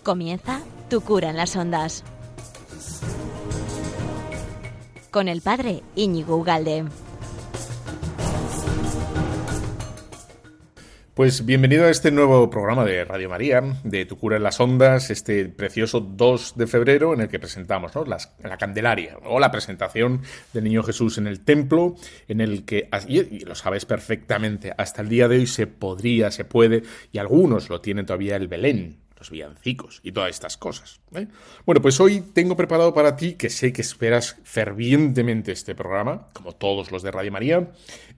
Comienza Tu cura en las ondas. Con el padre Íñigo Ugalde. Pues bienvenido a este nuevo programa de Radio María, de Tu cura en las ondas, este precioso 2 de febrero en el que presentamos, ¿no?, la Candelaria, o la presentación del Niño Jesús en el templo, en el que, y lo sabes perfectamente, hasta el día de hoy se puede, y algunos lo tienen todavía, el Belén, los villancicos y todas estas cosas, ¿eh? Bueno, pues hoy tengo preparado para ti, que sé que esperas fervientemente este programa, como todos los de Radio María,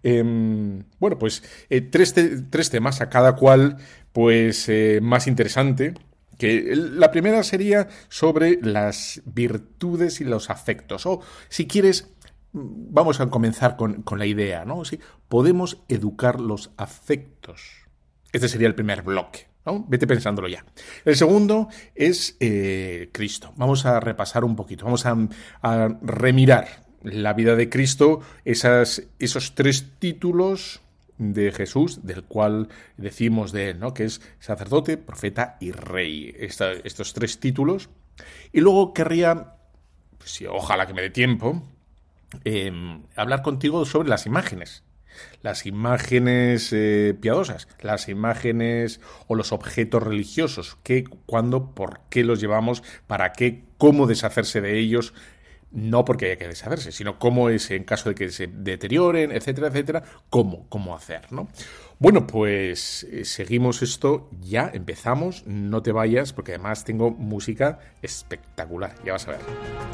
tres temas, a cada cual pues más interesante. Que la primera sería sobre las virtudes y los afectos, o si quieres, vamos a comenzar con la idea, ¿no? Sí, podemos educar los afectos. Este sería el primer bloque, ¿no? Vete pensándolo ya. El segundo es Cristo. Vamos a repasar un poquito, vamos a remirar la vida de Cristo, esos 3 títulos de Jesús, del cual decimos de él, ¿no?, que es sacerdote, profeta y rey. Estos 3 títulos. Y luego querría, pues, ojalá que me dé tiempo, hablar contigo sobre las imágenes. Las imágenes piadosas, las imágenes o los objetos religiosos, qué, cuándo, por qué los llevamos, para qué, cómo deshacerse de ellos, no porque haya que deshacerse, sino cómo es en caso de que se deterioren, etcétera, etcétera, cómo hacer, ¿no? Bueno, pues seguimos esto, ya empezamos, no te vayas, porque además tengo música espectacular, ya vas a ver.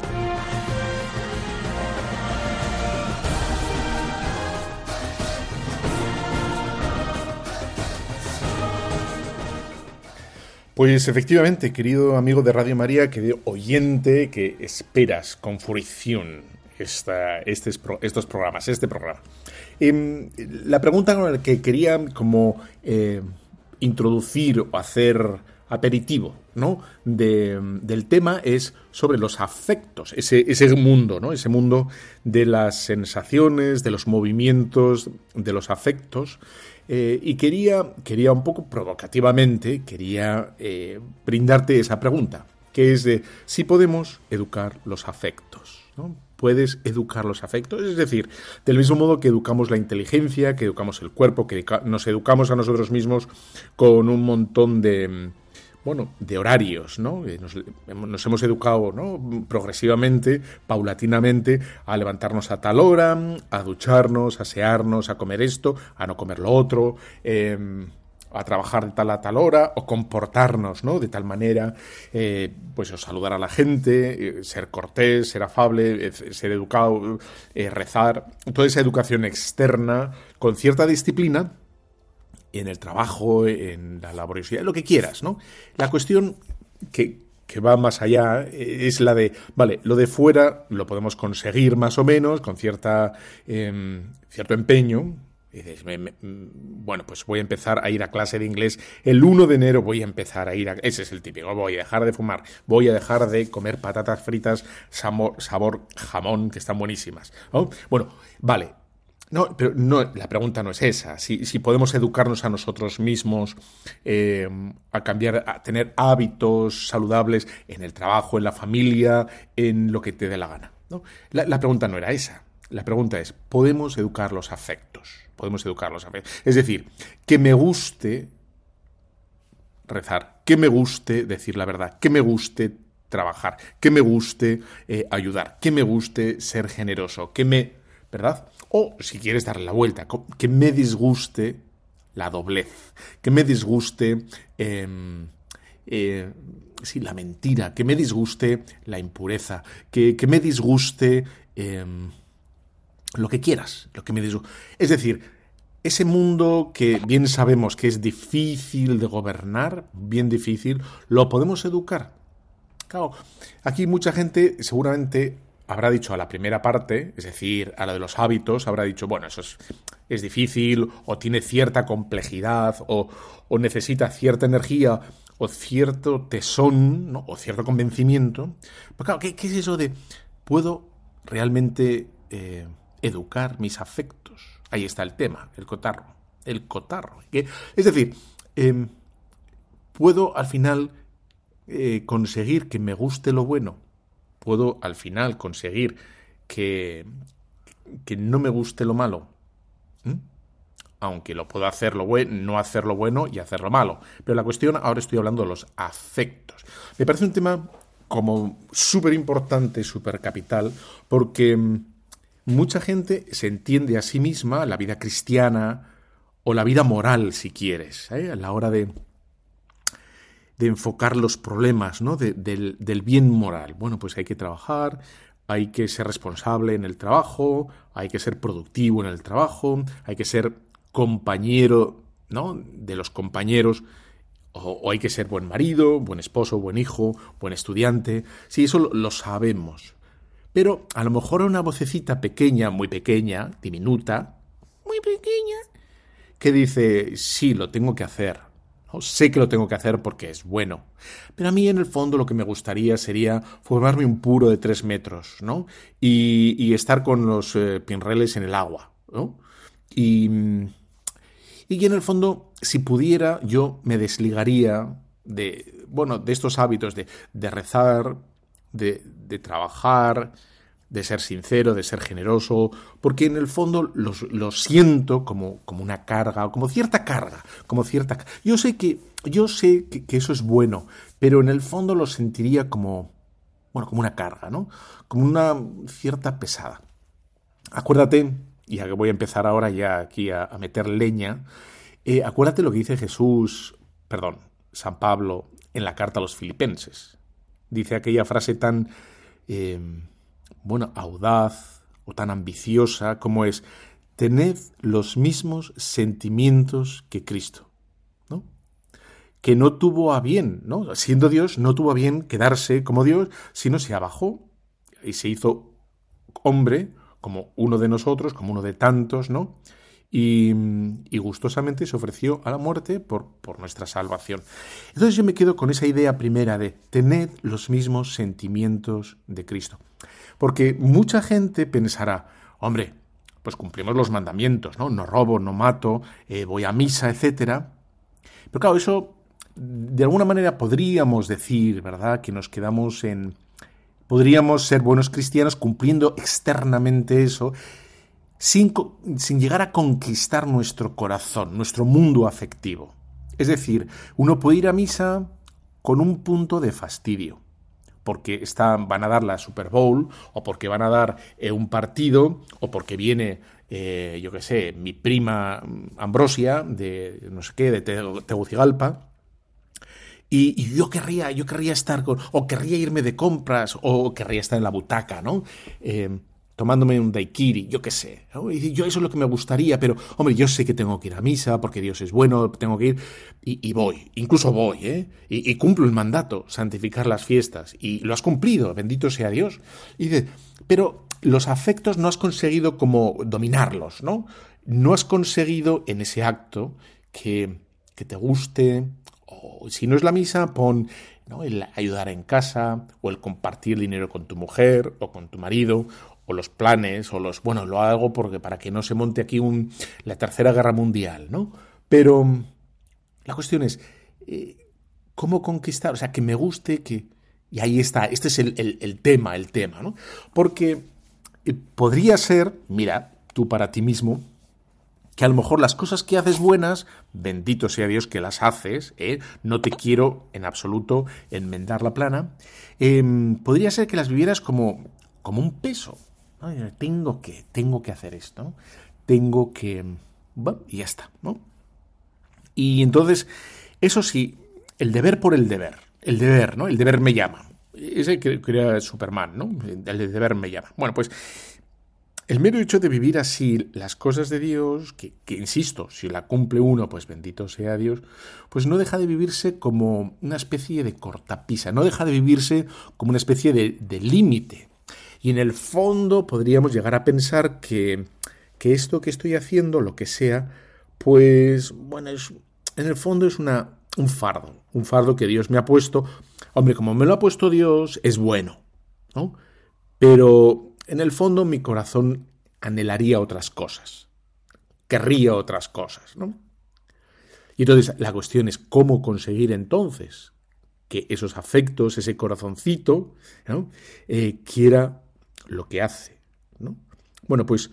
Pues efectivamente, querido amigo de Radio María, querido oyente que esperas con fruición estos programas, este programa. La pregunta con la que quería como introducir o hacer aperitivo, ¿no?, del tema es sobre los afectos, ese mundo, ¿no?, ese mundo de las sensaciones, de los movimientos, de los afectos. Y quería un poco provocativamente, brindarte esa pregunta, que es de si podemos educar los afectos, ¿no? ¿Puedes educar los afectos? Es decir, del mismo modo que educamos la inteligencia, que educamos el cuerpo, que nos educamos a nosotros mismos con un montón de horarios, ¿no? Nos hemos educado, ¿no?, progresivamente, paulatinamente, a levantarnos a tal hora, a ducharnos, a asearnos, a comer esto, a no comer lo otro, a trabajar de tal a tal hora, o comportarnos, ¿no?, de tal manera, pues o saludar a la gente, ser cortés, ser afable, ser educado, rezar, toda esa educación externa con cierta disciplina, en el trabajo, en la laboriosidad, lo que quieras, ¿no? La cuestión que va más allá es la de, vale, lo de fuera lo podemos conseguir más o menos con cierto empeño. Y dices, bueno, pues voy a empezar a ir a clase de inglés el 1 de enero, ese es el típico, voy a dejar de fumar, voy a dejar de comer patatas fritas sabor jamón, que están buenísimas, ¿no? Bueno, vale. No, pero no, la pregunta no es esa. Si podemos educarnos a nosotros mismos, a cambiar, a tener hábitos saludables en el trabajo, en la familia, en lo que te dé la gana, ¿no? La pregunta no era esa. La pregunta es, ¿podemos educar los afectos? Podemos educar los afectos. Es decir, que me guste rezar, que me guste decir la verdad, que me guste trabajar, que me guste ayudar, que me guste ser generoso, ¿verdad? O, si quieres darle la vuelta, que me disguste la doblez, que me disguste la mentira, que me disguste la impureza, que me disguste lo que quieras, lo que me disguste. Es decir, ese mundo que bien sabemos que es difícil de gobernar, bien difícil, lo podemos educar. Claro, aquí mucha gente seguramente habrá dicho a la primera parte, es decir, a la de los hábitos, habrá dicho, bueno, eso es difícil, o tiene cierta complejidad, o necesita cierta energía, o cierto tesón, ¿no?, o cierto convencimiento. Pero claro, ¿qué es eso de puedo realmente educar mis afectos? Ahí está el tema, el cotarro. Es decir, puedo al final conseguir que me guste lo bueno, puedo al final conseguir que no me guste lo malo. ¿Mm? Aunque lo puedo hacer no hacer lo bueno y hacer lo malo. Pero la cuestión, ahora estoy hablando de los afectos. Me parece un tema como súper importante, súper capital, porque mucha gente se entiende a sí misma la vida cristiana o la vida moral, si quieres, a la hora de enfocar los problemas, ¿no? del bien moral. Bueno, pues hay que trabajar, hay que ser responsable en el trabajo, hay que ser productivo en el trabajo, hay que ser compañero, ¿no? de los compañeros, o hay que ser buen marido, buen esposo, buen hijo, buen estudiante. Sí, eso lo sabemos. Pero a lo mejor una vocecita pequeña, muy pequeña, diminuta, muy pequeña, que dice, sí, lo tengo que hacer. ¿No? Sé que lo tengo que hacer porque es bueno. Pero a mí, en el fondo, lo que me gustaría sería formarme un puro de 3 metros, ¿no? Y estar con los pinreles en el agua, ¿no? Y en el fondo, si pudiera, yo me desligaría de estos hábitos de rezar, de trabajar, de ser sincero, de ser generoso, porque en el fondo lo siento como una carga, como cierta carga, Yo sé que eso es bueno, pero en el fondo lo sentiría como una carga, ¿no? Como una cierta pesada. Acuérdate, y ya que voy a empezar ahora ya aquí a meter leña, acuérdate lo que dice San Pablo, en la carta a los Filipenses. Dice aquella frase tan audaz o tan ambiciosa como es: tened los mismos sentimientos que Cristo, ¿no? Que no tuvo a bien, ¿no? Siendo Dios, no tuvo a bien quedarse como Dios, sino se abajó y se hizo hombre, como uno de nosotros, como uno de tantos, ¿no? Y gustosamente se ofreció a la muerte por nuestra salvación. Entonces yo me quedo con esa idea primera de tened los mismos sentimientos de Cristo. Porque mucha gente pensará, hombre, pues cumplimos los mandamientos, ¿no? No robo, no mato, voy a misa, etcétera. Pero claro, eso de alguna manera podríamos decir, ¿verdad?, que nos quedamos podríamos ser buenos cristianos cumpliendo externamente eso, sin llegar a conquistar nuestro corazón, nuestro mundo afectivo. Es decir, uno puede ir a misa con un punto de fastidio, porque van a dar la Super Bowl, o porque van a dar un partido, o porque viene, mi prima Ambrosia, de no sé qué, de Tegucigalpa, y yo querría estar o querría irme de compras, o querría estar en la butaca, ¿no? Tomándome un daiquiri, yo qué sé, ¿no? Y yo eso es lo que me gustaría, pero, hombre, yo sé que tengo que ir a misa, porque Dios es bueno, tengo que ir, y voy, incluso voy, y cumplo el mandato, santificar las fiestas, y lo has cumplido, bendito sea Dios. Y dices, pero los afectos no has conseguido como dominarlos, ¿no? No has conseguido en ese acto que te guste, o si no es la misa, pon, ¿no?, el ayudar en casa, o el compartir dinero con tu mujer, o con tu marido, o los planes, o lo hago porque para que no se monte aquí la tercera guerra mundial, ¿no? Pero la cuestión es, ¿cómo conquistar? O sea, que me guste, y ahí está, este es el tema, ¿no? Porque podría ser, mira, tú para ti mismo, que a lo mejor las cosas que haces buenas, bendito sea Dios que las haces, no te quiero en absoluto enmendar la plana, podría ser que las vivieras como un peso, ¿no? Tengo que hacer esto, ¿no? Tengo que... Bueno, y ya está, ¿no? Y entonces, eso sí, el deber por el deber, ¿no? El deber me llama. Ese que era Superman, ¿no? El deber me llama. Bueno, pues el mero hecho de vivir así las cosas de Dios, que insisto, si la cumple uno, pues bendito sea Dios, pues no deja de vivirse como una especie de cortapisa, no deja de vivirse como una especie de límite. Y en el fondo podríamos llegar a pensar que esto que estoy haciendo, lo que sea, pues, bueno, en el fondo es un fardo que Dios me ha puesto. Hombre, como me lo ha puesto Dios, es bueno, ¿no? Pero en el fondo mi corazón anhelaría otras cosas, querría otras cosas, ¿no? Y entonces la cuestión es cómo conseguir entonces que esos afectos, ese corazoncito, ¿no? Quiera lo que hace, ¿no? Bueno, pues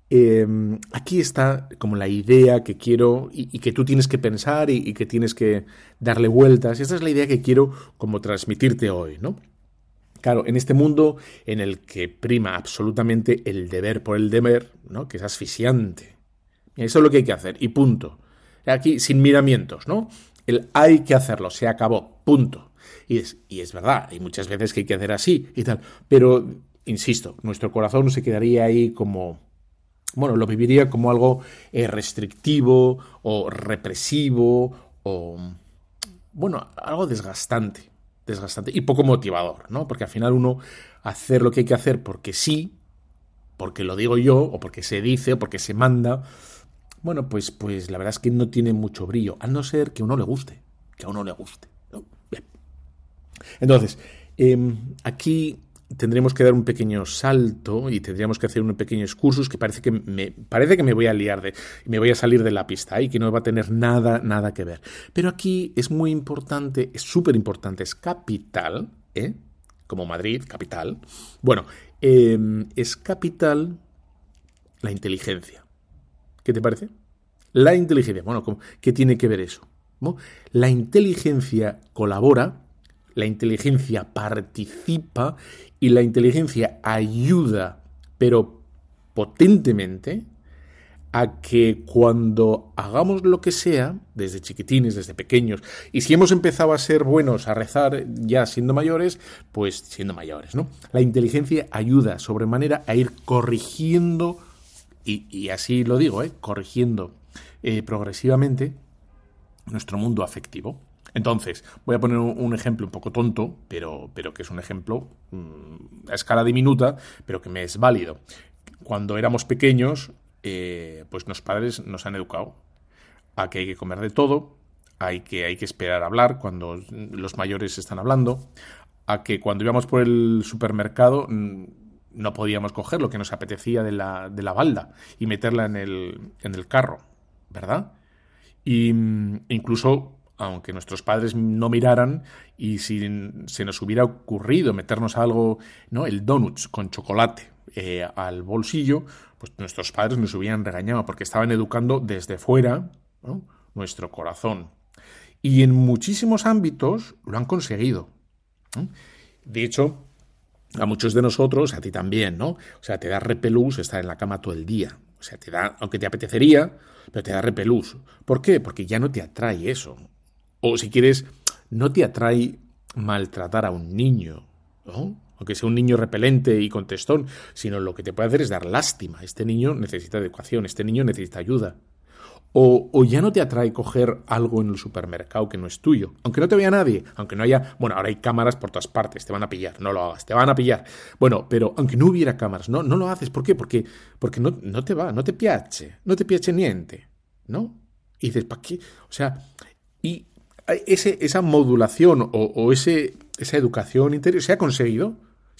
aquí está como la idea que quiero y que tú tienes que pensar y que tienes que darle vueltas. Esta es la idea que quiero como transmitirte hoy, ¿no? Claro, en este mundo en el que prima absolutamente el deber por el deber, ¿no? Que es asfixiante. Eso es lo que hay que hacer y punto. Aquí sin miramientos, ¿no? El hay que hacerlo, se acabó, punto. Y es verdad, hay muchas veces que hay que hacer así y tal, pero, insisto, nuestro corazón se quedaría ahí como, bueno, lo viviría como algo restrictivo o represivo o, bueno, algo desgastante y poco motivador, ¿no? Porque al final uno hacer lo que hay que hacer porque sí, porque lo digo yo, o porque se dice, o porque se manda, bueno, pues la verdad es que no tiene mucho brillo, a no ser que a uno le guste, ¿no? Bien. Entonces, aquí tendremos que dar un pequeño salto y tendríamos que hacer un pequeño excursus que parece que me voy a liar me voy a salir de la pista y que no va a tener nada que ver. Pero aquí es muy importante, es súper importante, es capital, como Madrid, capital. Bueno, es capital la inteligencia. ¿Qué te parece? La inteligencia. Bueno, ¿qué tiene que ver eso? ¿No? La inteligencia colabora, la inteligencia participa y la inteligencia ayuda, pero potentemente, a que cuando hagamos lo que sea, desde chiquitines, desde pequeños, y si hemos empezado a ser buenos a rezar ya siendo mayores, pues siendo mayores, ¿no? La inteligencia ayuda sobremanera a ir corrigiendo, y así lo digo, corrigiendo progresivamente nuestro mundo afectivo. Entonces, voy a poner un ejemplo un poco tonto, pero que es un ejemplo a escala diminuta, pero que me es válido. Cuando éramos pequeños, pues los padres nos han educado a que hay que comer de todo, hay que esperar a hablar cuando los mayores están hablando, a que cuando íbamos por el supermercado no podíamos coger lo que nos apetecía de la balda y meterla en el carro, ¿verdad? Y incluso, aunque nuestros padres no miraran y si se nos hubiera ocurrido meternos algo, ¿no? El donuts con chocolate al bolsillo, pues nuestros padres nos hubieran regañado porque estaban educando desde fuera, ¿no? Nuestro corazón. Y en muchísimos ámbitos lo han conseguido, ¿no? De hecho, a muchos de nosotros, a ti también, ¿no? O sea, te da repelús estar en la cama todo el día. O sea, te da, aunque te apetecería, pero te da repelús. ¿Por qué? Porque ya no te atrae eso. O si quieres, no te atrae maltratar a un niño, ¿no? Aunque sea un niño repelente y contestón, sino lo que te puede hacer es dar lástima. Este niño necesita educación, este niño necesita ayuda. O ya no te atrae coger algo en el supermercado que no es tuyo. Aunque no te vea nadie, aunque no haya... Bueno, ahora hay cámaras por todas partes, te van a pillar, no lo hagas, te van a pillar. Bueno, pero aunque no hubiera cámaras, no lo haces. ¿Por qué? Porque no te va, no te piace niente, ¿no? Y dices, ¿para qué? O sea, y esa modulación o esa educación interior se ha conseguido.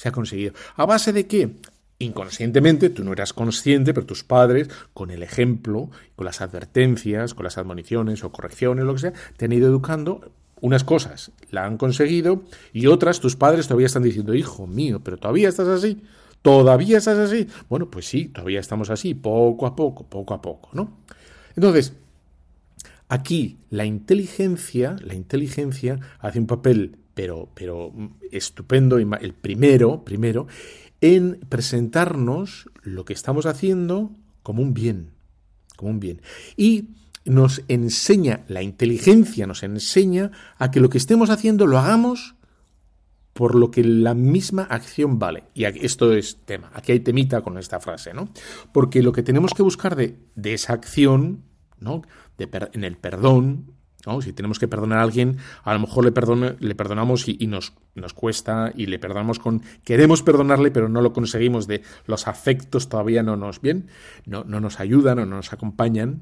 ¿A base de qué? Inconscientemente, tú no eras consciente, pero tus padres, con el ejemplo, con las advertencias, con las admoniciones o correcciones, lo que sea, te han ido educando. Unas cosas la han conseguido y otras tus padres todavía están diciendo, hijo mío, pero todavía estás así, todavía estás así. Bueno, pues sí, todavía estamos así, poco a poco, ¿no? Entonces, aquí la inteligencia hace un papel, pero estupendo, el primero, en presentarnos lo que estamos haciendo como un bien. Y nos enseña, la inteligencia nos enseña a que lo que estemos haciendo lo hagamos por lo que la misma acción vale. Y esto es tema, aquí hay temita con esta frase, ¿no? Porque lo que tenemos que buscar de esa acción, ¿no? En el perdón, ¿no? Si tenemos que perdonar a alguien, a lo mejor le perdonamos y nos cuesta y le perdonamos queremos perdonarle, pero no lo conseguimos, los afectos todavía no nos ayudan o no nos acompañan,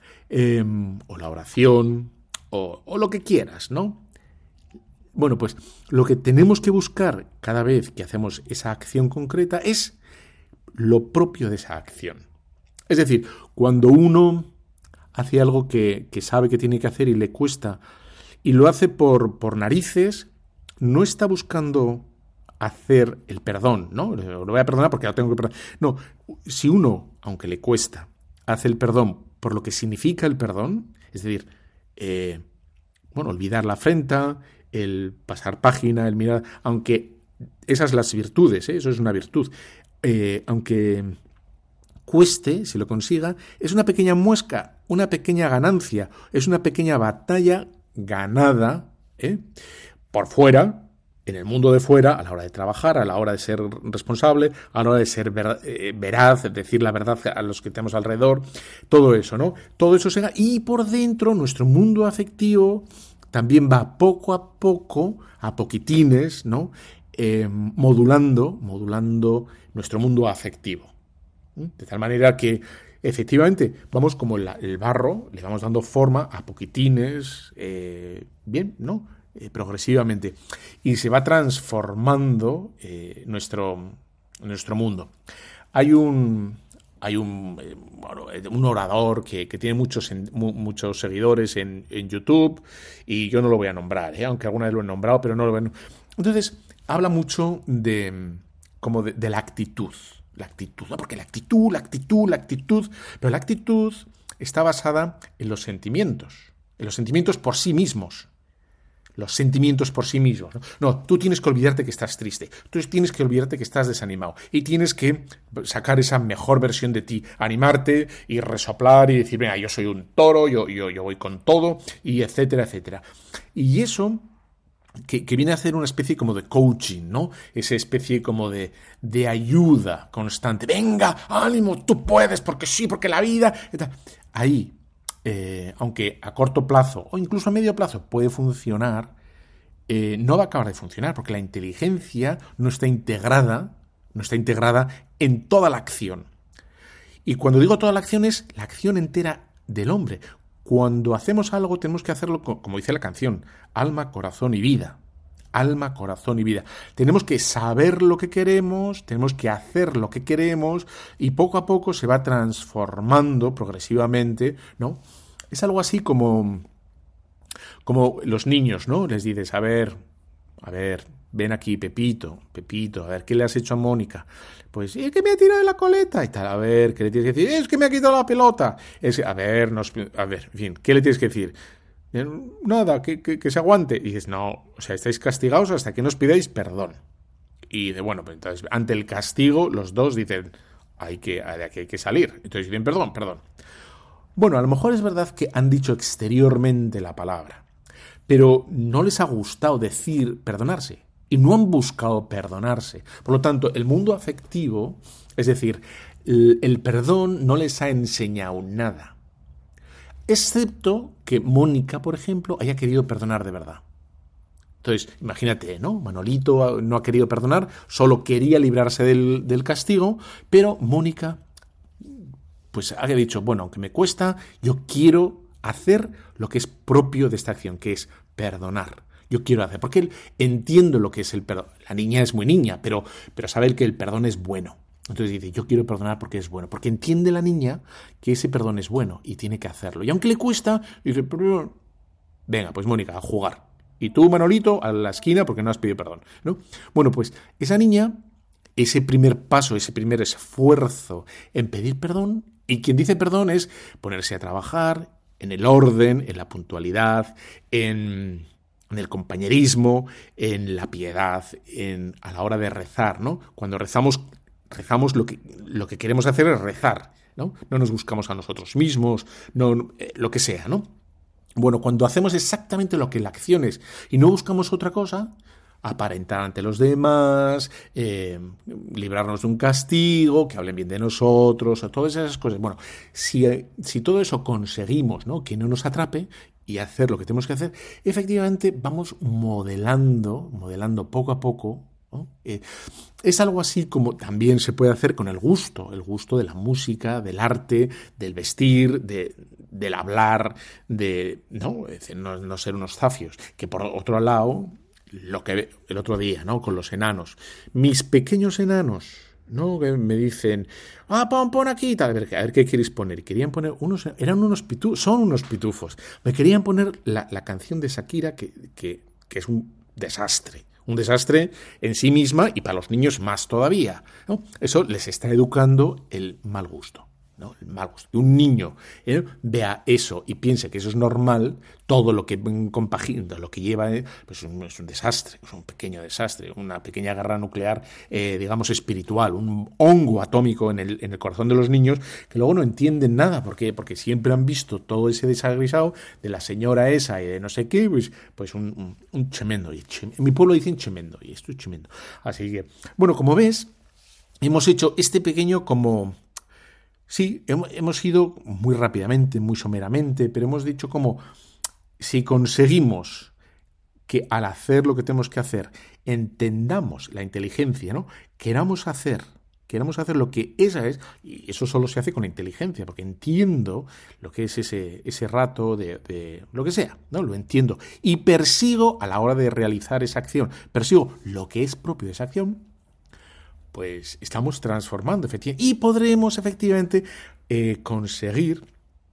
o la oración, o lo que quieras, ¿no? Bueno, pues lo que tenemos que buscar cada vez que hacemos esa acción concreta es lo propio de esa acción. Es decir, cuando uno hace algo que sabe que tiene que hacer y le cuesta y lo hace por narices, no está buscando hacer el perdón, ¿no? Lo voy a perdonar porque lo tengo que perdonar. No, si uno, aunque le cuesta, hace el perdón por lo que significa el perdón, es decir, olvidar la afrenta, el pasar página, el mirar, aunque esas las virtudes, eso es una virtud, aunque cueste, si lo consiga, es una pequeña muesca, una pequeña ganancia, es una pequeña batalla ganada por fuera, en el mundo de fuera, a la hora de trabajar, a la hora de ser responsable, a la hora de ser veraz, decir la verdad a los que tenemos alrededor, todo eso, ¿no? Todo eso se gana. Y por dentro, nuestro mundo afectivo también va poco a poco, a poquitines, ¿no? Modulando nuestro mundo afectivo. De tal manera que, efectivamente, vamos como el barro, le vamos dando forma a poquitines, bien, ¿no? Progresivamente, y se va transformando nuestro mundo. Hay un orador que tiene muchos seguidores en YouTube, y yo no lo voy a nombrar, aunque alguna vez lo he nombrado, pero no lo voy a nombrar. Entonces, habla mucho de la actitud. La actitud, ¿no? Porque la actitud, pero la actitud está basada en los sentimientos por sí mismos. Los sentimientos por sí mismos. No, tú tienes que olvidarte que estás triste, tú tienes que olvidarte que estás desanimado y tienes que sacar esa mejor versión de ti, animarte y resoplar y decir, venga, yo soy un toro, yo voy con todo, y etcétera, etcétera. Y eso que viene a hacer una especie como de coaching, ¿no? Esa especie como de ayuda constante. Venga, ánimo, tú puedes, porque sí, porque la vida... Ahí, aunque a corto plazo o incluso a medio plazo puede funcionar, no va a acabar de funcionar porque la inteligencia no está integrada en toda la acción. Y cuando digo toda la acción es la acción entera del hombre. Cuando hacemos algo tenemos que hacerlo, como dice la canción, alma, corazón y vida. Alma, corazón y vida. Tenemos que saber lo que queremos, tenemos que hacer lo que queremos y poco a poco se va transformando progresivamente, ¿no? Es algo así como los niños, ¿no? Les dices, a ver, ven aquí, Pepito, a ver, ¿qué le has hecho a Mónica? Pues, es que me ha tirado de la coleta y tal, a ver, ¿qué le tienes que decir? Es que me ha quitado la pelota. En fin, ¿qué le tienes que decir? Nada, que se aguante. Y dices, no, o sea, estáis castigados hasta que nos pidáis perdón. Y pues entonces, ante el castigo, los dos dicen, hay que salir. Entonces dicen, perdón. Bueno, a lo mejor es verdad que han dicho exteriormente la palabra, pero no les ha gustado decir perdonarse y no han buscado perdonarse. Por lo tanto, el mundo afectivo, es decir, el perdón no les ha enseñado nada. Excepto que Mónica, por ejemplo, haya querido perdonar de verdad. Entonces, imagínate, ¿no? Manolito no ha querido perdonar, solo quería librarse del castigo, pero Mónica, pues ha dicho, bueno, aunque me cuesta, yo quiero hacer lo que es propio de esta acción, que es perdonar. Yo quiero hacer, porque él entiende lo que es el perdón. La niña es muy niña, pero sabe que el perdón es bueno. Entonces dice, yo quiero perdonar porque es bueno, porque entiende la niña que ese perdón es bueno y tiene que hacerlo. Y aunque le cuesta, dice, pero venga, pues Mónica, a jugar. Y tú, Manolito, a la esquina porque no has pedido perdón, ¿no? Bueno, pues esa niña, ese primer paso, ese primer esfuerzo en pedir perdón, y quien dice perdón es ponerse a trabajar en el orden, en la puntualidad, en el compañerismo, en la piedad, a la hora de rezar, ¿no? Cuando rezamos lo que queremos hacer es rezar, ¿no? No nos buscamos a nosotros mismos, lo que sea, ¿no? Bueno, cuando hacemos exactamente lo que la acción es y no buscamos otra cosa, aparentar ante los demás, librarnos de un castigo, que hablen bien de nosotros, todas esas cosas. Bueno, si todo eso conseguimos, ¿no? Que no nos atrape y hacer lo que tenemos que hacer, efectivamente vamos modelando poco a poco, ¿no? Es algo así como también se puede hacer con el gusto de la música, del arte, del vestir, del hablar, de no ser unos zafios. Que por otro lado, lo que el otro día, ¿no? Con los enanos, mis pequeños enanos, ¿no? Que me dicen, pon aquí, tal, a ver qué queréis poner. Querían poner son unos pitufos. Me querían poner la canción de Shakira, que es desastre. Un desastre en sí misma y para los niños más todavía, ¿no? Eso les está educando el mal gusto, ¿no? El mal gusto. Que un niño vea eso y piense que eso es normal, todo lo que compagina, lo que lleva, pues es un desastre, es un pequeño desastre, una pequeña guerra nuclear, digamos, espiritual, un hongo atómico en el corazón de los niños que luego no entienden nada. ¿Por qué? Porque siempre han visto todo ese desagrisado de la señora esa y de no sé qué, pues un tremendo. En mi pueblo dicen tremendo, y esto es tremendo. Así que, bueno, como ves, hemos hecho este pequeño como... Sí, hemos ido muy rápidamente, muy someramente, pero hemos dicho como si conseguimos que al hacer lo que tenemos que hacer entendamos la inteligencia, ¿no? Queramos hacer lo que esa es, y eso solo se hace con la inteligencia, porque entiendo lo que es ese rato de lo que sea, ¿no? Lo entiendo y persigo a la hora de realizar esa acción, persigo lo que es propio de esa acción. Pues estamos transformando, efectivamente, y podremos efectivamente conseguir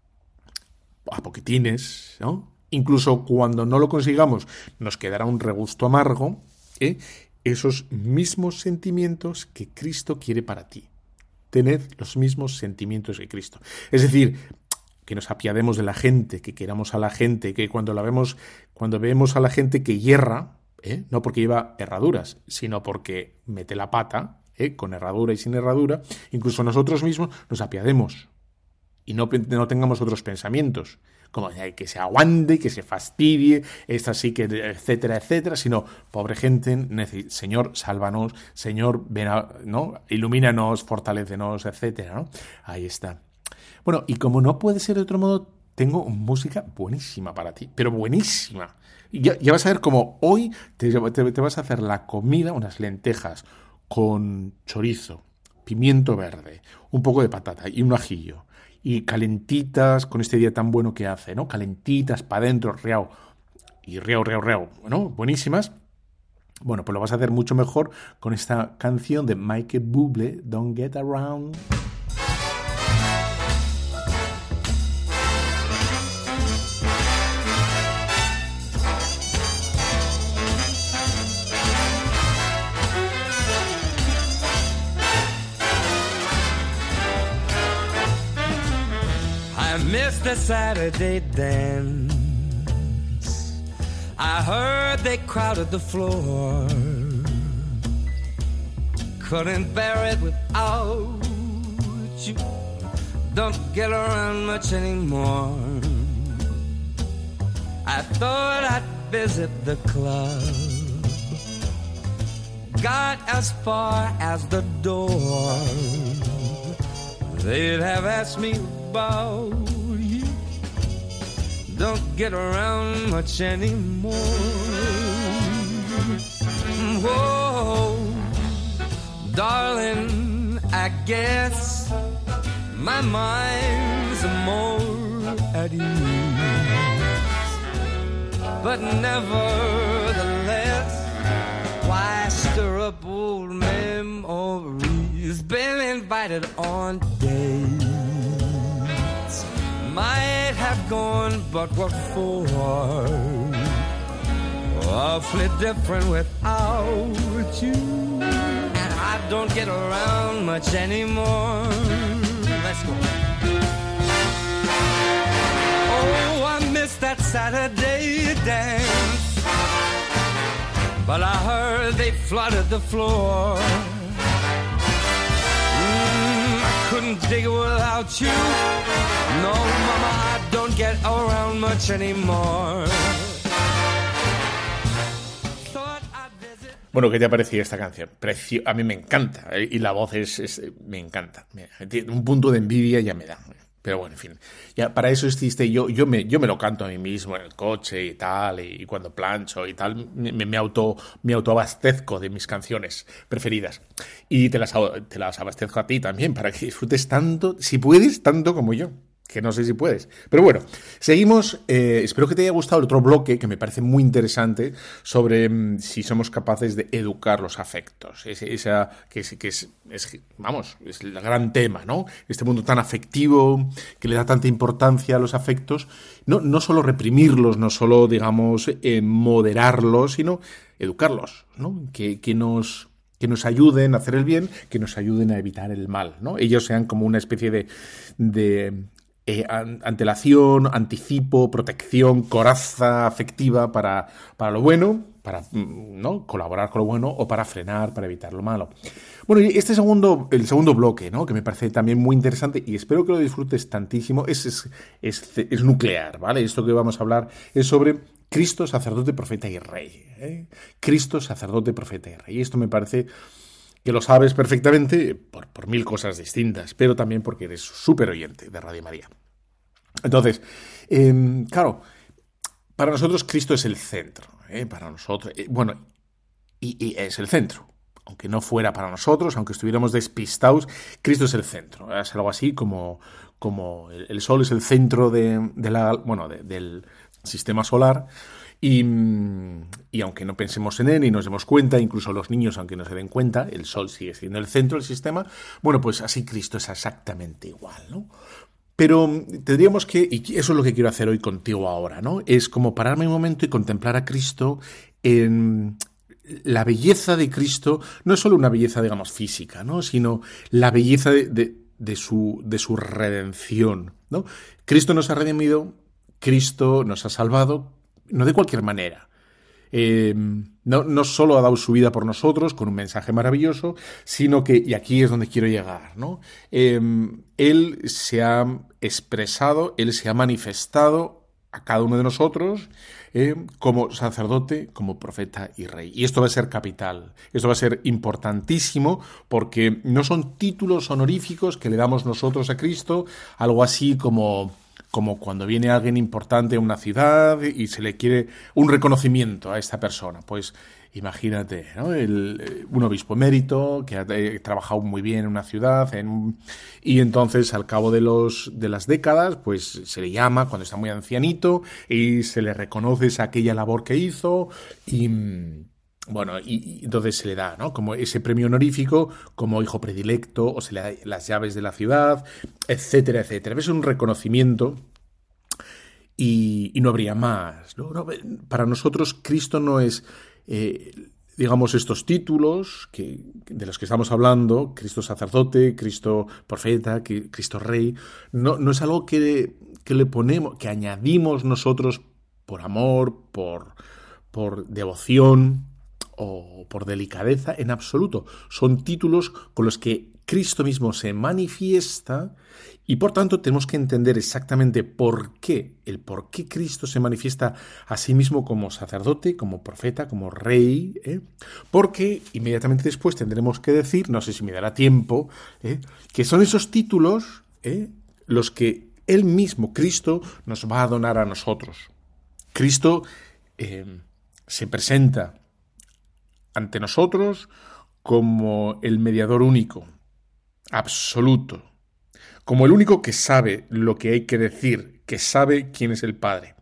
a poquitines, ¿no? Incluso cuando no lo consigamos, nos quedará un regusto amargo, esos mismos sentimientos que Cristo quiere para ti. Tened los mismos sentimientos que Cristo. Es decir, que nos apiademos de la gente, que queramos a la gente, que cuando vemos a la gente que yerra, no porque lleva herraduras, sino porque mete la pata, con herradura y sin herradura, incluso nosotros mismos nos apiademos y no tengamos otros pensamientos, como que se aguante, que se fastidie, esta sí que, etcétera, etcétera, sino, pobre gente, Señor, sálvanos, Señor, ven ¿no? Ilumínanos, fortalécenos, etcétera, ¿no? Ahí está. Bueno, y como no puede ser de otro modo, tengo música buenísima para ti, pero buenísima. Y ya vas a ver cómo hoy te vas a hacer la comida, unas lentejas con chorizo, pimiento verde, un poco de patata y un ajillo. Y calentitas con este día tan bueno que hace, ¿no? Calentitas para adentro, reao. Y reao, ¿no? Buenísimas. Bueno, pues lo vas a hacer mucho mejor con esta canción de Michael Bublé, Don't Get Around. Missed the Saturday dance. I heard they crowded the floor. Couldn't bear it without you. Don't get around much anymore. I thought I'd visit the club. Got as far as the door. They'd have asked me about you. Don't get around much anymore. Whoa, darling, I guess my mind's more at ease. But nevertheless, why stir up old memories? Been invited on dates. Might have gone, but what for? Awfully different without you. And I don't get around much anymore. Let's go. Oh, I missed that Saturday dance. But I heard they flooded the floor. Couldn't dig it without you. No, mama, I don't get around much anymore. Bueno, ¿qué te ha parecido esta canción? A mí me encanta, y la voz me encanta. Un punto de envidia ya me da. Pero bueno, en fin, ya para eso existe, yo me lo canto a mí mismo en el coche y tal, y cuando plancho y tal, me autoabastezco de mis canciones preferidas. Y te las abastezco a ti también, para que disfrutes tanto, si puedes, tanto como yo, que no sé si puedes. Pero bueno, seguimos. Espero que te haya gustado el otro bloque, que me parece muy interesante, sobre si somos capaces de educar los afectos. Es el gran tema, ¿no? Este mundo tan afectivo, que le da tanta importancia a los afectos. No solo reprimirlos, no solo, digamos, moderarlos, sino educarlos, ¿no? Que nos ayuden a hacer el bien, que nos ayuden a evitar el mal, ¿no? Ellos sean como una especie de antelación, anticipo, protección, coraza afectiva para lo bueno, para, ¿no?, colaborar con lo bueno, o para frenar, para evitar lo malo. Bueno, y el segundo bloque, ¿no?, que me parece también muy interesante y espero que lo disfrutes tantísimo, es nuclear, ¿vale? Esto que vamos a hablar es sobre Cristo, sacerdote, profeta y rey, ¿eh? Cristo, sacerdote, profeta y rey. Y esto me parece que lo sabes perfectamente por mil cosas distintas, pero también porque eres súper oyente de Radio María. Entonces, claro, para nosotros Cristo es el centro, para nosotros, y es el centro. Aunque no fuera para nosotros, aunque estuviéramos despistados, Cristo es el centro. Es algo así como el Sol es el centro del sistema solar. Y aunque no pensemos en él y nos demos cuenta, incluso los niños, aunque no se den cuenta, el Sol sigue siendo el centro del sistema. Bueno, pues así Cristo es exactamente igual, ¿no? Pero tendríamos que, y eso es lo que quiero hacer hoy contigo ahora, ¿no? Es como pararme un momento y contemplar a Cristo en la belleza de Cristo. No es solo una belleza, digamos, física, ¿no?, sino la belleza de su redención, ¿no? Cristo nos ha redimido, Cristo nos ha salvado, no de cualquier manera. No solo ha dado su vida por nosotros con un mensaje maravilloso, sino que, y aquí es donde quiero llegar, ¿no?, Él se ha expresado, Él se ha manifestado a cada uno de nosotros como sacerdote, como profeta y rey. Y esto va a ser capital, esto va a ser importantísimo, porque no son títulos honoríficos que le damos nosotros a Cristo, algo así como cuando viene alguien importante a una ciudad y se le quiere un reconocimiento a esta persona. Pues imagínate, ¿no?, un obispo emérito que ha trabajado muy bien en una ciudad y entonces al cabo de las décadas pues se le llama cuando está muy ancianito y se le reconoce aquella labor que hizo y entonces se le da, ¿no?, como ese premio honorífico como hijo predilecto, o se le da las llaves de la ciudad, etcétera, etcétera. Es un reconocimiento y no habría más, ¿no? Para nosotros Cristo no es, digamos, estos títulos de los que estamos hablando, Cristo sacerdote, Cristo profeta, Cristo rey, no es algo que le ponemos, que añadimos nosotros por amor, por devoción o por delicadeza, en absoluto. Son títulos con los que Cristo mismo se manifiesta y por tanto tenemos que entender exactamente por qué Cristo se manifiesta a sí mismo como sacerdote, como profeta, como rey, porque inmediatamente después tendremos que decir, no sé si me dará tiempo, que son esos títulos los que Él mismo, Cristo, nos va a donar a nosotros. Cristo se presenta ante nosotros como el mediador único, absoluto, como el único que sabe lo que hay que decir, que sabe quién es el Padre,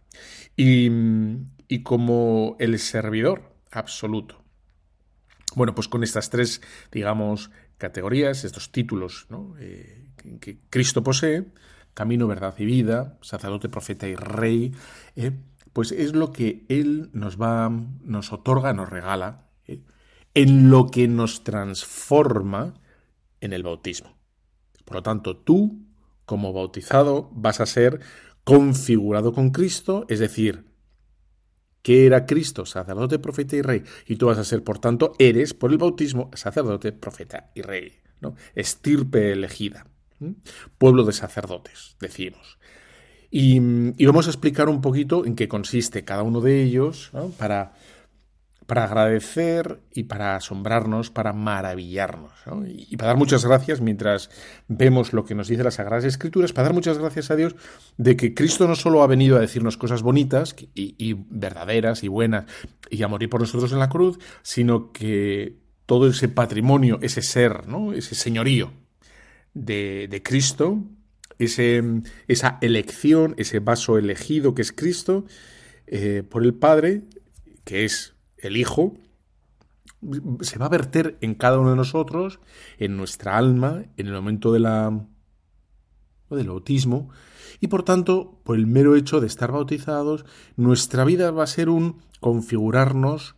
y como el servidor absoluto. Bueno, pues con estas tres, digamos, categorías, estos títulos, ¿no?, que Cristo posee, camino, verdad y vida, sacerdote, profeta y rey, pues es lo que Él nos otorga, nos regala, en lo que nos transforma en el bautismo. Por lo tanto, tú, como bautizado, vas a ser configurado con Cristo, es decir, ¿qué era Cristo? Sacerdote, profeta y rey. Y tú vas a ser, por tanto, eres, por el bautismo, sacerdote, profeta y rey, ¿no? Estirpe elegida, pueblo de sacerdotes, decimos. Y vamos a explicar un poquito en qué consiste cada uno de ellos, ¿no?, para agradecer y para asombrarnos, para maravillarnos, ¿no?, y para dar muchas gracias mientras vemos lo que nos dice las Sagradas Escrituras, para dar muchas gracias a Dios de que Cristo no solo ha venido a decirnos cosas bonitas y verdaderas y buenas y a morir por nosotros en la cruz, sino que todo ese patrimonio, ese ser, ¿no?, ese señorío de Cristo esa elección, ese vaso elegido que es Cristo, por el Padre, que es el Hijo, se va a verter en cada uno de nosotros, en nuestra alma, en el momento del bautismo, y por tanto, por el mero hecho de estar bautizados, nuestra vida va a ser un configurarnos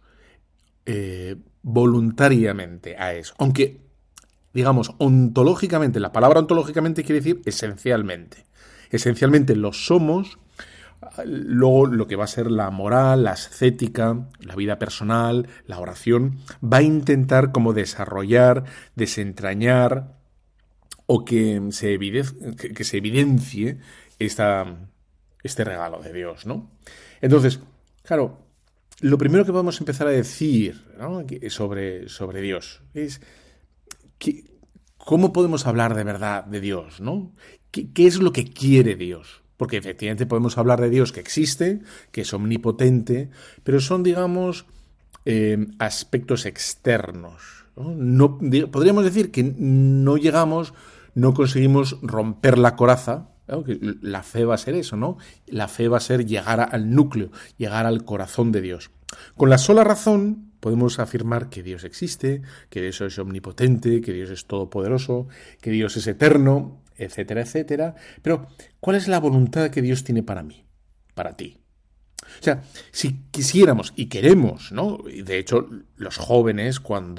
voluntariamente a eso. Aunque, digamos, ontológicamente, la palabra ontológicamente quiere decir esencialmente. Esencialmente lo somos. Luego lo que va a ser la moral, la ascética, la vida personal, la oración, va a intentar como desarrollar, desentrañar o que se evidencie este regalo de Dios, ¿no? Entonces, claro, lo primero que vamos a empezar a decir, ¿no?, sobre Dios es ¿cómo podemos hablar de verdad de Dios, ¿no? ¿Qué es lo que quiere Dios? Porque efectivamente podemos hablar de Dios que existe, que es omnipotente, pero son, digamos, aspectos externos, ¿no? Podríamos decir que no conseguimos romper la coraza. Claro, que la fe va a ser eso, ¿no? La fe va a ser llegar al núcleo, llegar al corazón de Dios. Con la sola razón podemos afirmar que Dios existe, que Dios es omnipotente, que Dios es todopoderoso, que Dios es eterno, etcétera, etcétera. Pero, ¿cuál es la voluntad que Dios tiene para mí, para ti? O sea, si quisiéramos y queremos, ¿no? Y de hecho, los jóvenes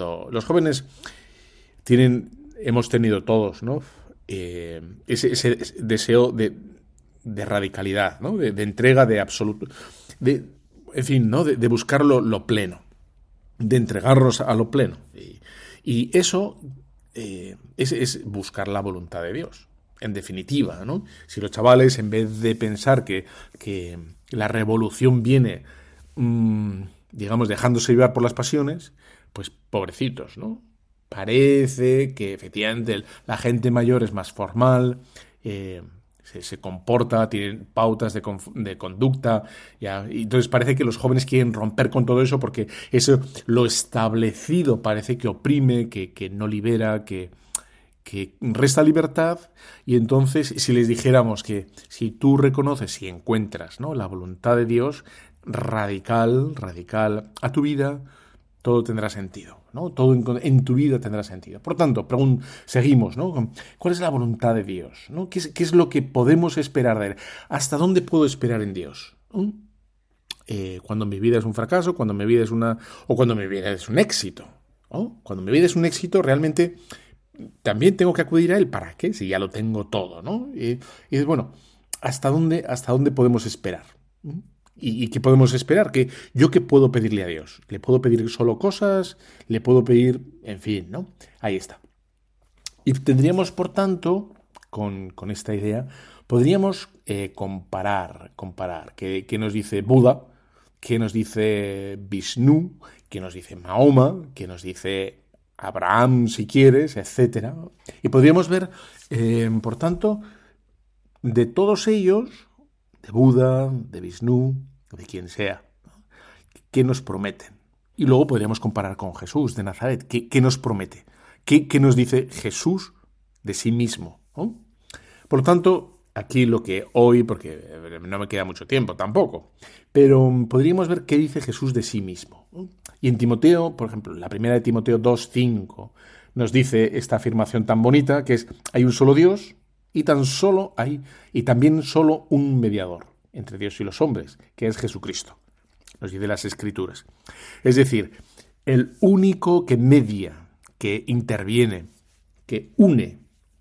hemos tenido todos, ¿no?, ese deseo de radicalidad, ¿no?, de entrega, de absoluto, en fin, ¿no?, de buscar lo pleno, de entregarnos a lo pleno. Y eso es buscar la voluntad de Dios, en definitiva, ¿no? Si los chavales, en vez de pensar que la revolución viene, digamos, dejándose llevar por las pasiones, pues pobrecitos, ¿no? Parece que efectivamente la gente mayor es más formal, se comporta, tienen pautas de conducta, ya, y entonces parece que los jóvenes quieren romper con todo eso porque eso, lo establecido, parece que oprime, que no libera, que resta libertad. Y entonces, si les dijéramos que si tú reconoces y encuentras, ¿no?, la voluntad de Dios radical a tu vida, todo tendrá sentido, ¿no? Todo en tu vida tendrá sentido. Por tanto, seguimos, ¿no? ¿Cuál es la voluntad de Dios, ¿no? ¿Qué es lo que podemos esperar de Él? ¿Hasta dónde puedo esperar en Dios? Cuando mi vida es un fracaso, cuando mi vida es cuando mi vida es un éxito, ¿no? Cuando mi vida es un éxito, realmente también tengo que acudir a Él. ¿Para qué? Si ya lo tengo todo, ¿no? Y bueno, ¿hasta dónde podemos esperar? ¿Y qué podemos esperar? ¿Qué puedo pedirle a Dios? ¿Le puedo pedir solo cosas? ¿Le puedo pedir...? En fin, ¿no? Ahí está. Y tendríamos, por tanto, con esta idea, podríamos comparar. ¿Qué nos dice Buda? ¿Qué nos dice Vishnu? ¿Qué nos dice Mahoma? ¿Qué nos dice Abraham, si quieres? Etcétera. Y podríamos ver, por tanto, de todos ellos, de Buda, de Vishnu, de quien sea, ¿no?, ¿qué nos prometen? Y luego podríamos comparar con Jesús de Nazaret. ¿Qué nos promete? ¿Qué nos dice Jesús de sí mismo, ¿no? Por lo tanto, aquí lo que hoy, porque no me queda mucho tiempo tampoco, pero podríamos ver qué dice Jesús de sí mismo, ¿no? Y en Timoteo, por ejemplo, la primera de Timoteo 2:5, nos dice esta afirmación tan bonita, que es: hay un solo Dios, y también solo un mediador entre Dios y los hombres, que es Jesucristo, nos dice las Escrituras. Es decir, el único que media, que interviene, que une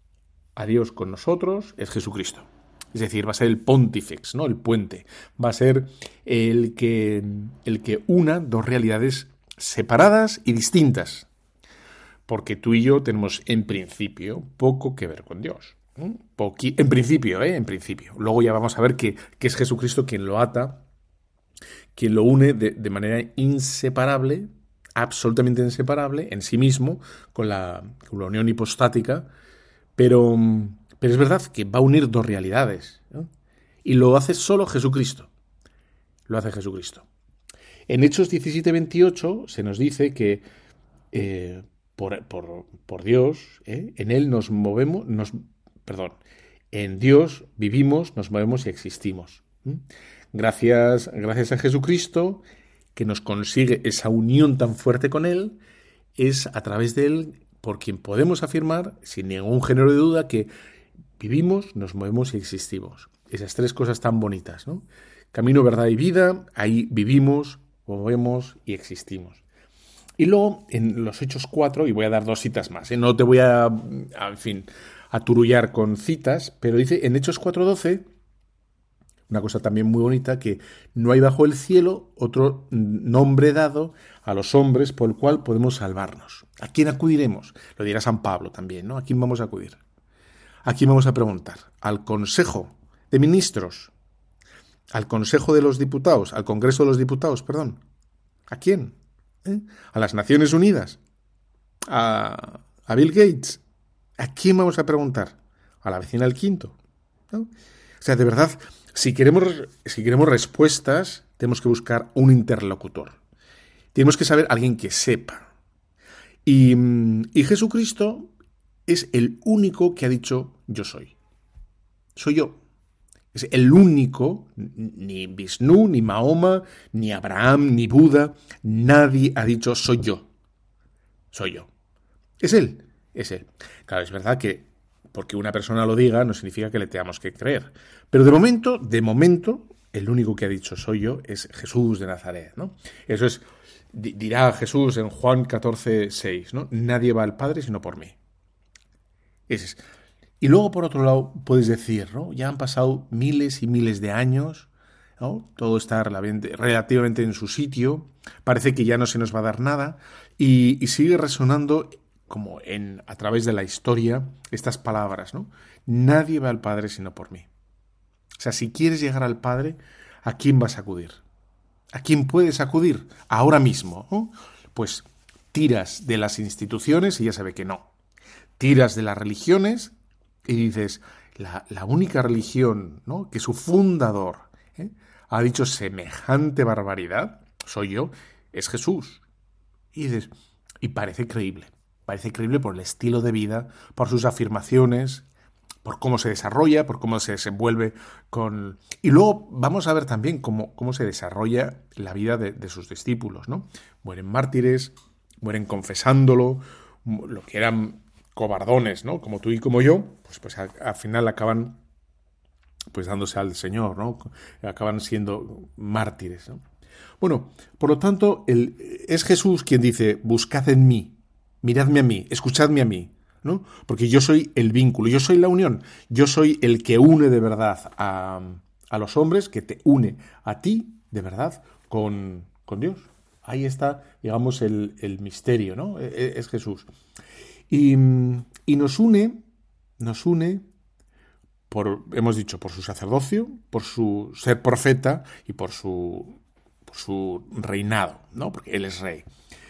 a Dios con nosotros es Jesucristo. Es decir, va a ser el pontifex, ¿no?, el puente. Va a ser el que una dos realidades separadas y distintas. Porque tú y yo tenemos, en principio, poco que ver con Dios. En principio. Luego ya vamos a ver que es Jesucristo quien lo ata, quien lo une de manera inseparable, absolutamente inseparable, en sí mismo, con la unión hipostática, pero es verdad que va a unir dos realidades, ¿no? Y lo hace solo Jesucristo. Lo hace Jesucristo. En Hechos 17:28 se nos dice que por Dios, en Él nos movemos, En Dios vivimos, nos movemos y existimos. Gracias a Jesucristo, que nos consigue esa unión tan fuerte con Él, es a través de Él por quien podemos afirmar, sin ningún género de duda, que vivimos, nos movemos y existimos. Esas tres cosas tan bonitas, ¿no? Camino, verdad y vida, ahí vivimos, movemos y existimos. Y luego, en los Hechos 4, y voy a dar 2 citas más, no te voy a aturullar con citas, pero dice en Hechos 4:12, una cosa también muy bonita, que no hay bajo el cielo otro nombre dado a los hombres por el cual podemos salvarnos. ¿A quién acudiremos? Lo dirá San Pablo también, ¿no? ¿A quién vamos a acudir? ¿A quién vamos a preguntar? Al Consejo de Ministros, al Consejo de los Diputados, al Congreso de los Diputados, perdón. ¿A quién? ¿A las Naciones Unidas? ¿A Bill Gates? ¿A quién vamos a preguntar? ¿A la vecina del quinto? ¿No? O sea, de verdad, si queremos respuestas, tenemos que buscar un interlocutor. Tenemos que saber alguien que sepa. Y Jesucristo es el único que ha dicho yo soy. Soy yo. Es el único, ni Vishnu, ni Mahoma, ni Abraham, ni Buda, nadie ha dicho soy yo. Soy yo. Es él. Es él. Claro, es verdad que porque una persona lo diga no significa que le tengamos que creer. Pero de momento, el único que ha dicho soy yo es Jesús de Nazaret, ¿no? Eso es, dirá Jesús en Juan 14:6, ¿no? Nadie va al Padre sino por mí. Ese es. Y luego, por otro lado, puedes decir, ¿no? Ya han pasado miles y miles de años, ¿no? Todo está relativamente en su sitio, parece que ya no se nos va a dar nada, y sigue resonando como a través de la historia estas palabras, ¿no? Nadie va al Padre sino por mí. O sea, si quieres llegar al Padre, ¿a quién vas a acudir? ¿A quién puedes acudir ahora mismo? ¿No? Pues tiras de las instituciones y ya sabe que no. Tiras de las religiones y dices, la única religión, ¿no?, que su fundador ha dicho semejante barbaridad, soy yo, es Jesús. Y dices, y parece creíble por el estilo de vida, por sus afirmaciones, por cómo se desarrolla, por cómo se desenvuelve con... Y luego vamos a ver también cómo se desarrolla la vida de sus discípulos, ¿no? Mueren mártires, mueren confesándolo, lo que eran cobardones, ¿no? Como tú y como yo, pues al final acaban pues dándose al Señor, ¿no? Acaban siendo mártires, ¿no? Bueno, por lo tanto, es Jesús quien dice, buscad en mí, miradme a mí, escuchadme a mí, ¿no? Porque yo soy el vínculo, yo soy la unión, yo soy el que une de verdad a los hombres, que te une a ti, de verdad, con Dios. Ahí está, digamos, el misterio, ¿no? Es Jesús. Y nos une, hemos dicho, por su sacerdocio, por su ser profeta y por su reinado, ¿no? Porque él es rey.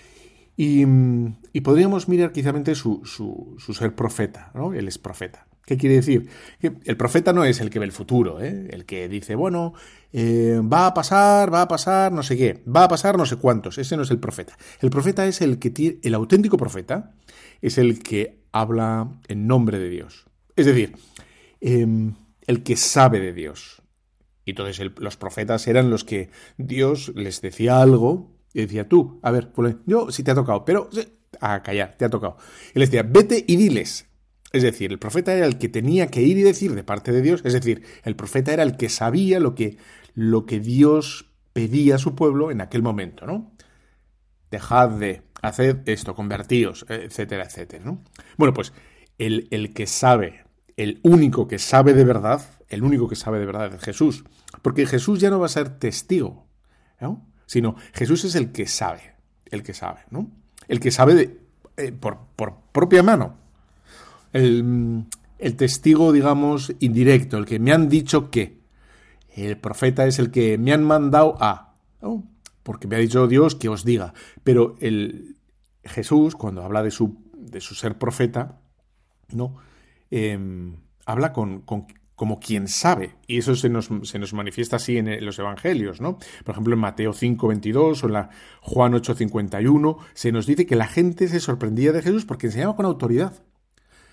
Y podríamos mirar quizá su ser profeta, ¿no? Él es profeta. ¿Qué quiere decir? Que el profeta no es el que ve el futuro, el que dice, bueno, va a pasar, no sé qué, va a pasar no sé cuántos. Ese no es el profeta. El profeta es el auténtico profeta, es el que habla en nombre de Dios. Es decir, el que sabe de Dios. Y entonces los profetas eran los que Dios les decía algo y decía, tú, a ver, yo sí te ha tocado, pero a callar, te ha tocado. Y les decía, vete y diles. Es decir, el profeta era el que tenía que ir y decir de parte de Dios. Es decir, el profeta era el que sabía lo que Dios pedía a su pueblo en aquel momento, ¿no? Dejad de hacer esto, convertíos, etcétera, etcétera, ¿no? Bueno, pues el que sabe, el único que sabe de verdad es Jesús. Porque Jesús ya no va a ser testigo, ¿no? Sino Jesús es el que sabe, ¿no? El que sabe por propia mano. El testigo, digamos, indirecto, el que me han dicho que. El profeta es el que me han mandado a, ¿no? Porque me ha dicho Dios que os diga. Pero Jesús, cuando habla de su ser profeta, ¿no? Habla como quien sabe. Y eso se nos manifiesta así en los evangelios, ¿no? Por ejemplo, en Mateo 5:22 o en Juan 8:51 se nos dice que la gente se sorprendía de Jesús porque enseñaba con autoridad.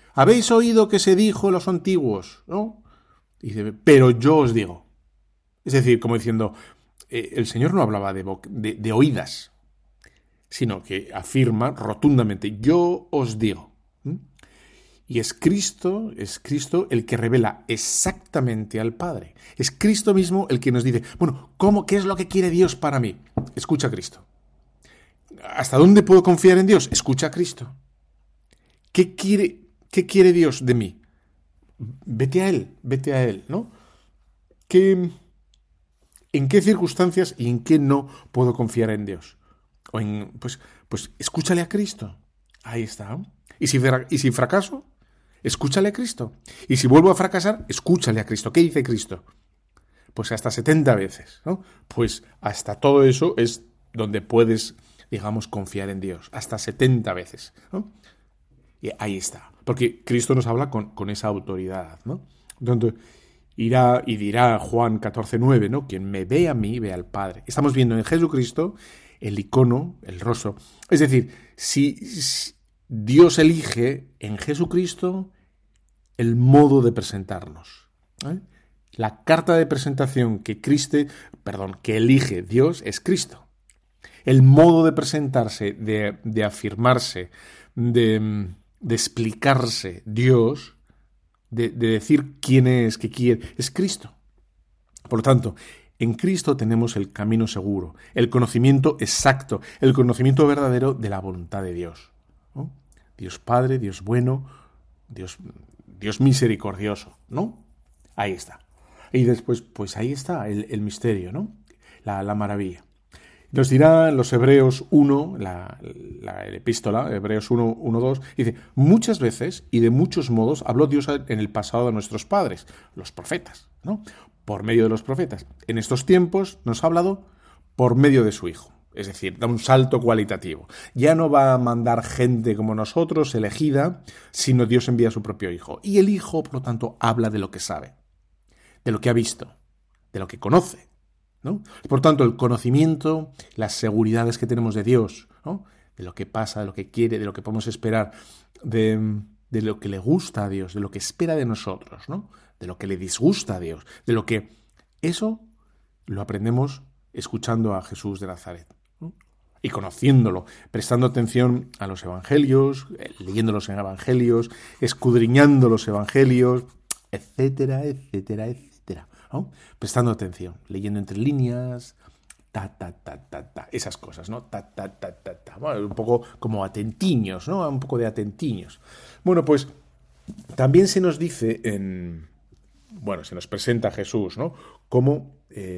Habéis oído que se dijo los antiguos, ¿no? Y dice, pero yo os digo. Es decir, como diciendo, el Señor no hablaba de oídas, sino que afirma rotundamente, yo os digo. Y es Cristo el que revela exactamente al Padre. Es Cristo mismo el que nos dice, bueno, ¿qué es lo que quiere Dios para mí? Escucha a Cristo. ¿Hasta dónde puedo confiar en Dios? Escucha a Cristo. ¿Qué quiere Dios de mí? Vete a Él, ¿no? ¿En qué circunstancias y en qué no puedo confiar en Dios? Pues escúchale a Cristo. Ahí está. ¿Y si fracaso? Escúchale a Cristo. Y si vuelvo a fracasar, escúchale a Cristo. ¿Qué dice Cristo? Pues hasta 70 veces, ¿no? Pues hasta todo eso es donde puedes, digamos, confiar en Dios. Hasta 70 veces, ¿no? Y ahí está. Porque Cristo nos habla con esa autoridad, ¿no? Donde irá y dirá Juan 14:9, ¿no? Quien me ve a mí, ve al Padre. Estamos viendo en Jesucristo el icono, el rostro. Es decir, si Dios elige en Jesucristo el modo de presentarnos, ¿eh? La carta de presentación que elige Dios es Cristo. El modo de presentarse, de afirmarse, de explicarse Dios, de decir quién es, qué quiere, es Cristo. Por lo tanto, en Cristo tenemos el camino seguro, el conocimiento exacto, el conocimiento verdadero de la voluntad de Dios, ¿no? Dios Padre, Dios bueno, Dios misericordioso, ¿no? Ahí está. Y después, pues ahí está el misterio, ¿no? La maravilla. Nos dirá los Hebreos 1, la epístola, Hebreos 1:2, dice, muchas veces y de muchos modos habló Dios en el pasado de nuestros padres, los profetas, ¿no? Por medio de los profetas. En estos tiempos nos ha hablado por medio de su Hijo. Es decir, da un salto cualitativo. Ya no va a mandar gente como nosotros, elegida, sino Dios envía a su propio Hijo. Y el Hijo, por lo tanto, habla de lo que sabe, de lo que ha visto, de lo que conoce, ¿no? Por tanto, el conocimiento, las seguridades que tenemos de Dios, ¿no? De lo que pasa, de lo que quiere, de lo que podemos esperar, de lo que le gusta a Dios, de lo que espera de nosotros, ¿no? De lo que le disgusta a Dios, de lo que... Eso lo aprendemos escuchando a Jesús de Nazaret, ¿no? Y conociéndolo, prestando atención a los evangelios, leyendo los evangelios, escudriñando los evangelios, etcétera, etcétera, etcétera, ¿no? Prestando atención, leyendo entre líneas, esas cosas, ¿no? Bueno, un poco como atentiños, ¿no? Un poco de atentiños. Bueno, pues también se nos dice se nos presenta a Jesús, ¿no? Como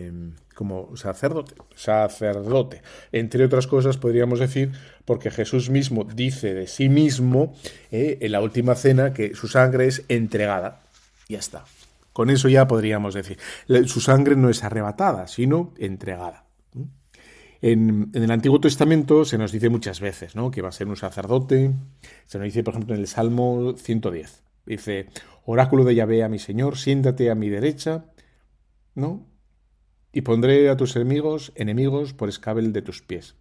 sacerdote. Entre otras cosas podríamos decir, porque Jesús mismo dice de sí mismo en la última cena que su sangre es entregada. Ya está. Con eso ya podríamos decir. Su sangre no es arrebatada, sino entregada. En el Antiguo Testamento se nos dice muchas veces, ¿no? Que va a ser un sacerdote. Se nos dice, por ejemplo, en el Salmo 110. Dice, oráculo de Yahvé a mi Señor, siéntate a mi derecha, ¿no? Y pondré a tus enemigos por escabel de tus pies.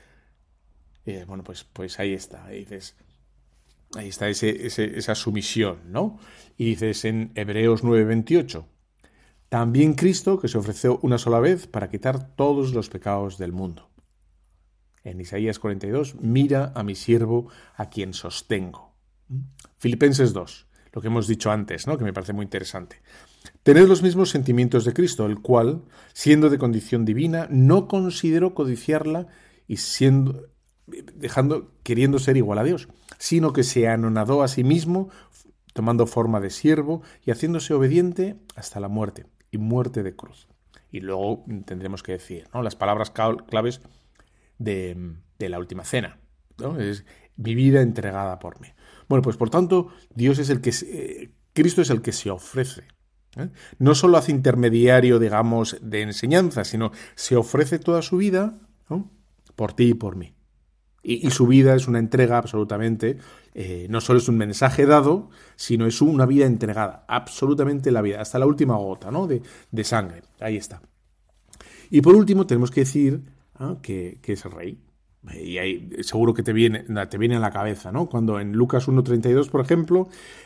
Pues ahí está. Ahí está esa sumisión, ¿no? Y dices en Hebreos 9:28, también Cristo, que se ofreció una sola vez para quitar todos los pecados del mundo. En Isaías 42, mira a mi siervo a quien sostengo. Filipenses 2, lo que hemos dicho antes, ¿no? Que me parece muy interesante. Tened los mismos sentimientos de Cristo, el cual, siendo de condición divina, no consideró codiciarla y queriendo ser igual a Dios, sino que se anonadó a sí mismo, tomando forma de siervo y haciéndose obediente hasta la muerte, y muerte de cruz. Y luego tendremos que decir, ¿no? Las palabras claves de la última cena, ¿no? Es mi vida entregada por mí. Bueno, pues por tanto, Cristo es el que se ofrece, ¿eh? No solo hace intermediario, digamos, de enseñanza, sino se ofrece toda su vida, ¿no? Por ti y por mí. Y su vida es una entrega absolutamente, no solo es un mensaje dado, sino es una vida entregada, absolutamente la vida, hasta la última gota, ¿no? de sangre. Ahí está. Y por último tenemos que decir que es rey. Y ahí seguro que te viene a la cabeza, ¿no? Cuando en Lucas 1:32, por ejemplo,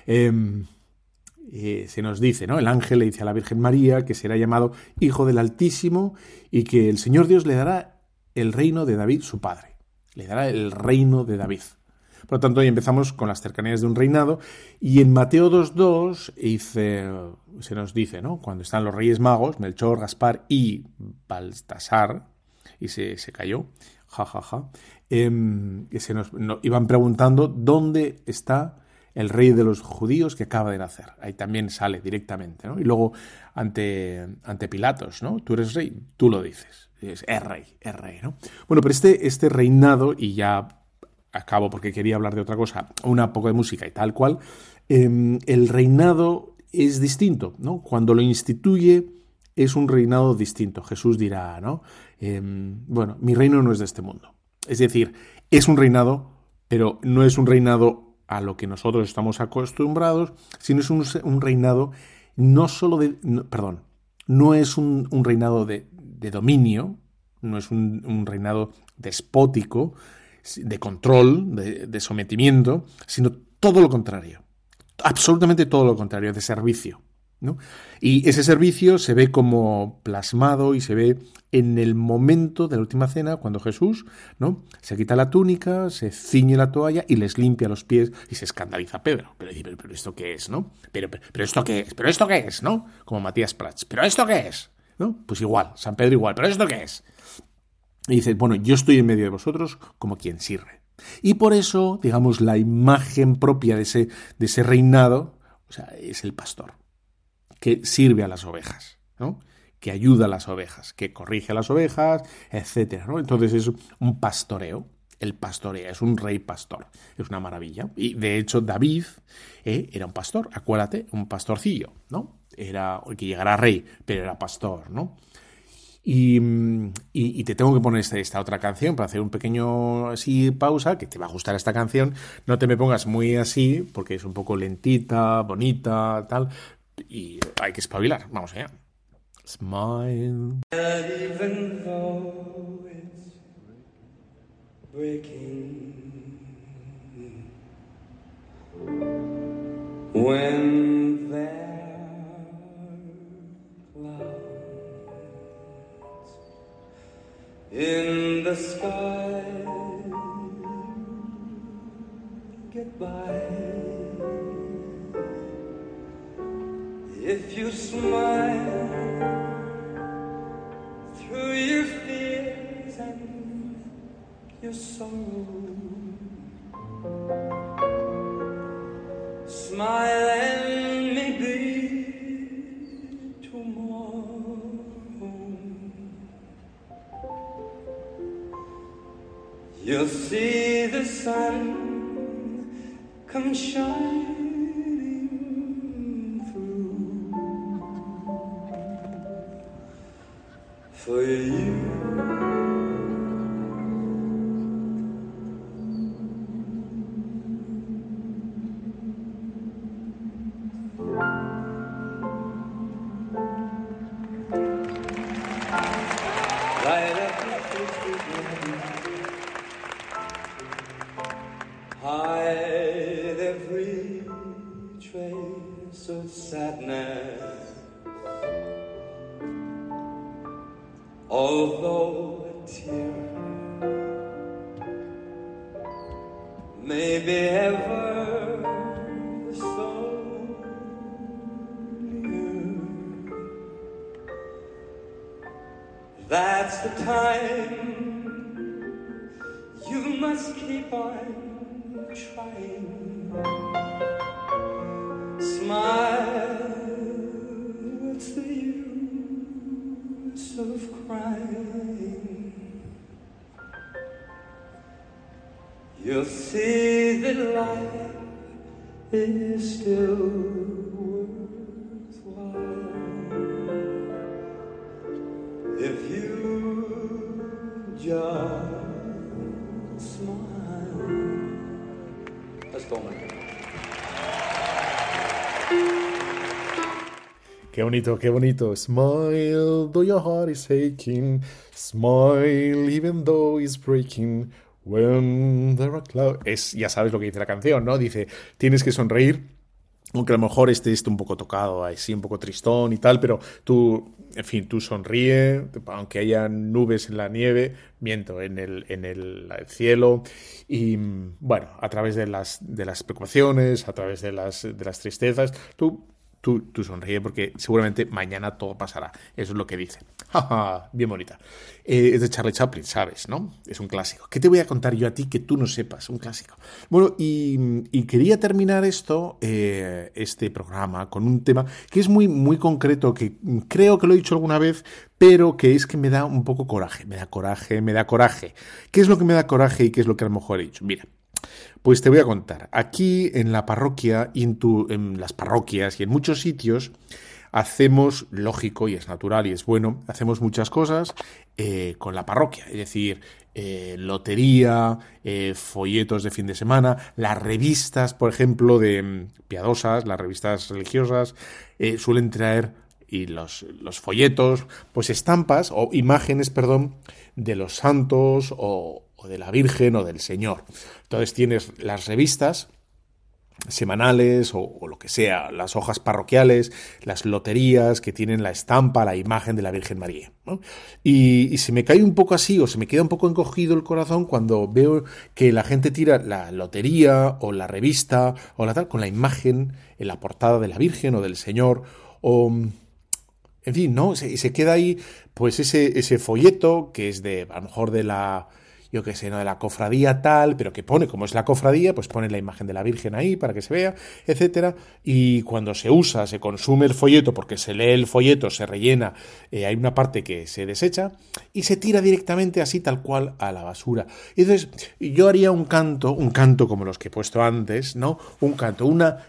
se nos dice, ¿no? El ángel le dice a la Virgen María que será llamado Hijo del Altísimo y que el Señor Dios le dará el reino de David, su padre. Le dará el reino de David. Por lo tanto, hoy empezamos con las cercanías de un reinado y en Mateo 2:2 se nos dice, ¿no? Cuando están los Reyes Magos, Melchor, Gaspar y Baltasar, y se cayó, iban preguntando dónde está el rey de los judíos que acaba de nacer. Ahí también sale directamente, ¿no? Y luego ante Pilatos, ¿no? Tú eres rey, tú lo dices. Es rey, ¿no? Bueno, pero este reinado, y ya acabo porque quería hablar de otra cosa, una poco de música y tal cual, el reinado es distinto, ¿no? Cuando lo instituye es un reinado distinto. Jesús dirá, ¿no? Bueno, mi reino no es de este mundo. Es decir, es un reinado, pero no es un reinado a lo que nosotros estamos acostumbrados, sino es un reinado no es un reinado de dominio, no es un reinado despótico, de control, de sometimiento, sino todo lo contrario, absolutamente todo lo contrario, de servicio, ¿no? Y ese servicio se ve como plasmado y se ve en el momento de la última cena, cuando Jesús, ¿no? Se quita la túnica, se ciñe la toalla y les limpia los pies y se escandaliza Pedro. Pero ¿esto qué es, no? ¿Pero esto qué es? ¿Pero esto qué es, no? Como Matías Prats. ¿Pero esto qué es? ¿No? Pues igual, San Pedro igual. ¿Pero esto qué es? Y dice, bueno, yo estoy en medio de vosotros como quien sirve. Y por eso, digamos, la imagen propia de ese reinado, o sea, es el pastor, que sirve a las ovejas, ¿no? Que ayuda a las ovejas, que corrige a las ovejas, etcétera, ¿no? Entonces es un pastoreo. Él pastorea, es un rey pastor. Es una maravilla. Y de hecho David era un pastor, acuérdate, un pastorcillo, ¿no? Era el que llegará rey, pero era pastor, ¿no? Y te tengo que poner esta otra canción para hacer un pequeño así pausa, que te va a gustar esta canción. No te me pongas muy así, porque es un poco lentita, bonita, tal, y hay que espabilar. Vamos allá. Smile. And even though it's breaking, when there are clouds in the sky, get by. If you smile through your fears and your sorrow, smile and maybe tomorrow you'll see the sun come shining for you. Light up hide every trace of sadness. Although a tear may be ever so near, that's the time you must keep on trying. Smile, what's the use of crying? You'll see that life is still worthwhile if you just smile. Let's go, man. Qué bonito, qué bonito. Smile, though your heart is aching. Smile, even though it's breaking. When there are clouds. Ya sabes lo que dice la canción, ¿no? Dice, tienes que sonreír, aunque a lo mejor esté un poco tocado, así un poco tristón y tal, pero tú, en fin, tú sonríe, aunque haya nubes en la nieve, viento en el cielo, y bueno, a través de las preocupaciones, a través de las tristezas, tú sonríe porque seguramente mañana todo pasará. Eso es lo que dice. Bien bonita. Es de Charlie Chaplin, ¿sabes? ¿No? Es un clásico. ¿Qué te voy a contar yo a ti que tú no sepas? Un clásico. Bueno, y quería terminar este programa con un tema que es muy, muy concreto, que creo que lo he dicho alguna vez, pero que es que me da un poco coraje. Me da coraje. ¿Qué es lo que me da coraje y qué es lo que a lo mejor he dicho? Mira. Pues te voy a contar. Aquí en la parroquia, en las parroquias y en muchos sitios hacemos, lógico y es natural y es bueno, hacemos muchas cosas con la parroquia. Es decir, lotería, folletos de fin de semana, las revistas, por ejemplo, de piadosas, las revistas religiosas, suelen traer, y los folletos, pues estampas o imágenes, de los santos o de la Virgen o del Señor. Entonces tienes las revistas semanales o lo que sea, las hojas parroquiales, las loterías que tienen la estampa, la imagen de la Virgen María, ¿no? Y se me cae un poco así o se me queda un poco encogido el corazón cuando veo que la gente tira la lotería o la revista o la tal con la imagen en la portada de la Virgen o del Señor o... En fin, ¿no? Y se queda ahí, pues ese folleto que es a lo mejor de la, yo qué sé, ¿no? De la cofradía tal, pero que pone, como es la cofradía, pues pone la imagen de la Virgen ahí para que se vea, etcétera. Y cuando se consume el folleto, porque se lee el folleto, se rellena, hay una parte que se desecha y se tira directamente así tal cual a la basura. Y entonces yo haría un canto como los que he puesto antes, ¿no? Un canto,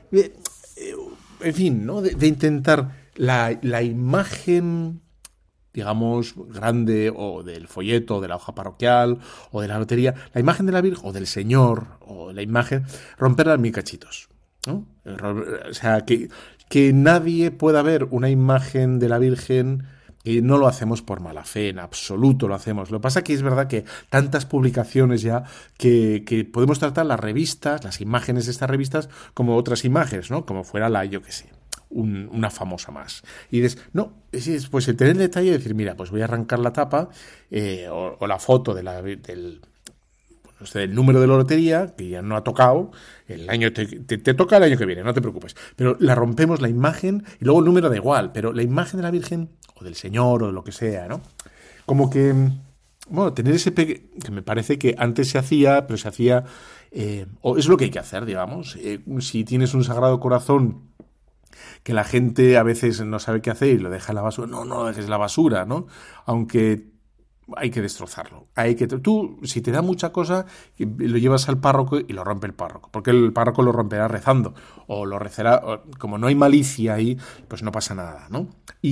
en fin, ¿no? De intentar la imagen, digamos, grande o del folleto, de la hoja parroquial o de la lotería, la imagen de la Virgen o del Señor o la imagen, romperla en mil cachitos, ¿no? O sea, que nadie pueda ver una imagen de la Virgen y no lo hacemos por mala fe, en absoluto lo hacemos. Lo que pasa es que es verdad que tantas publicaciones ya que podemos tratar las revistas, las imágenes de estas revistas como otras imágenes, ¿no? Como fuera yo qué sé, una famosa más. Y dices, no, pues el tener el detalle de decir, mira, pues voy a arrancar la tapa o la foto del número de la lotería, que ya no ha tocado, el año te toca el año que viene, no te preocupes. Pero la rompemos la imagen y luego el número da igual, pero la imagen de la Virgen o del Señor o de lo que sea, ¿no? Como que, bueno, tener que me parece que antes se hacía, pero se hacía, o es lo que hay que hacer, digamos. Si tienes un Sagrado Corazón que la gente a veces no sabe qué hacer y lo deja en la basura. No dejes la basura, ¿no? Aunque hay que destrozarlo. Tú, si te da mucha cosa, lo llevas al párroco y lo rompe el párroco, porque el párroco lo romperá rezando, o lo rezará, como no hay malicia ahí, pues no pasa nada, ¿no?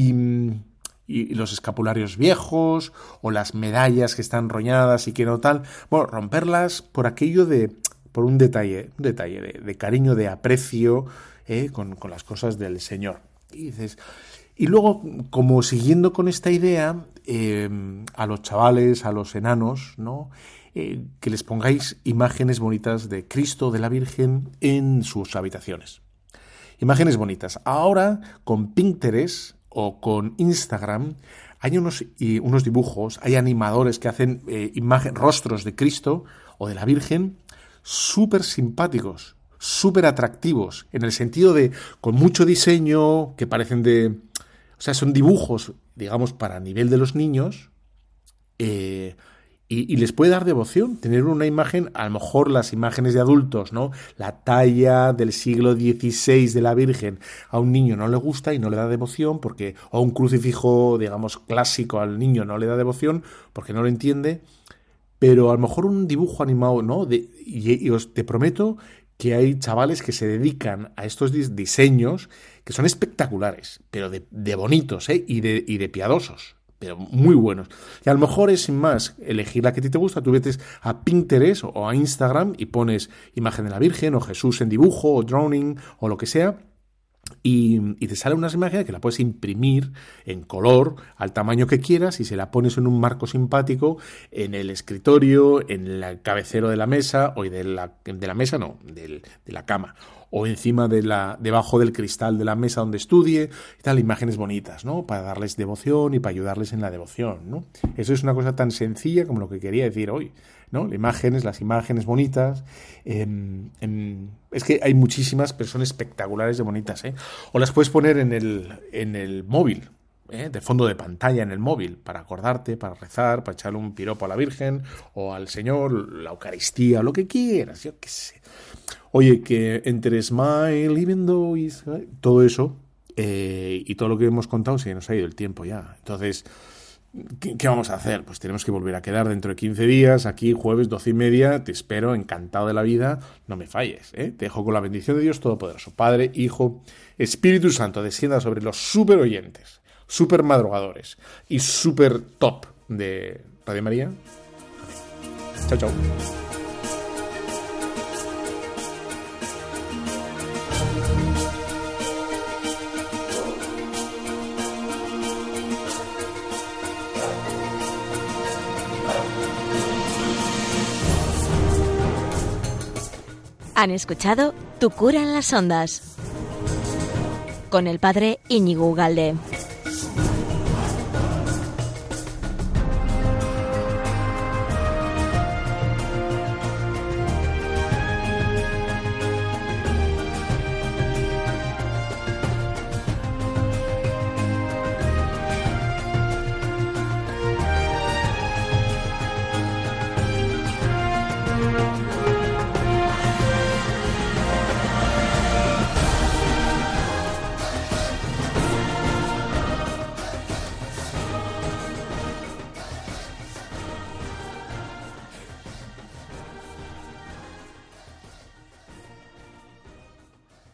Y los escapularios viejos, o las medallas que están roñadas y que no tal, bueno, romperlas por aquello por un detalle de cariño, de aprecio, con las cosas del Señor. Y luego, como siguiendo con esta idea, a los chavales, a los enanos, ¿no? Que les pongáis imágenes bonitas de Cristo, de la Virgen, en sus habitaciones. Imágenes bonitas. Ahora, con Pinterest o con Instagram, hay unos dibujos, hay animadores que hacen rostros de Cristo o de la Virgen súper simpáticos, súper atractivos, en el sentido de con mucho diseño, que parecen o sea, son dibujos, digamos, para nivel de los niños, y les puede dar devoción tener una imagen, a lo mejor las imágenes de adultos, ¿no? La talla del siglo XVI de la Virgen a un niño no le gusta y no le da devoción, o un crucifijo, digamos, clásico al niño no le da devoción porque no lo entiende, pero a lo mejor un dibujo animado, ¿no? Y te prometo que hay chavales que se dedican a estos diseños que son espectaculares, pero de bonitos, y de piadosos, pero muy buenos. Y a lo mejor es, sin más, elegir la que a ti te gusta. Tú vete a Pinterest o a Instagram y pones imagen de la Virgen o Jesús en dibujo o drawing o lo que sea, Y te sale unas imágenes que la puedes imprimir en color al tamaño que quieras y se la pones en un marco simpático en el escritorio, en el cabecero de la mesa, o de la mesa no, de la cama, o encima debajo del cristal de la mesa donde estudie, y tal, imágenes bonitas, ¿no? Para darles devoción y para ayudarles en la devoción, ¿no? Eso es una cosa tan sencilla como lo que quería decir hoy, ¿no? Las imágenes bonitas. Es que hay muchísimas, pero son espectaculares de bonitas, ¿eh? O las puedes poner en el móvil, de fondo de pantalla en el móvil, para acordarte, para rezar, para echarle un piropo a la Virgen o al Señor, la Eucaristía, lo que quieras, yo qué sé. Oye, que entre Smile, Even Though is... todo eso y todo lo que hemos contado, se nos ha ido el tiempo ya. Entonces, ¿qué vamos a hacer? Pues tenemos que volver a quedar dentro de 15 días, aquí jueves 12:30, te espero, encantado de la vida, no me falles, ¿eh? Te dejo con la bendición de Dios Todopoderoso, Padre, Hijo, Espíritu Santo, descienda sobre los super oyentes, super madrugadores y super top de Radio María. Chao, chao. Han escuchado Tu cura en las ondas con el padre Íñigo Ugalde.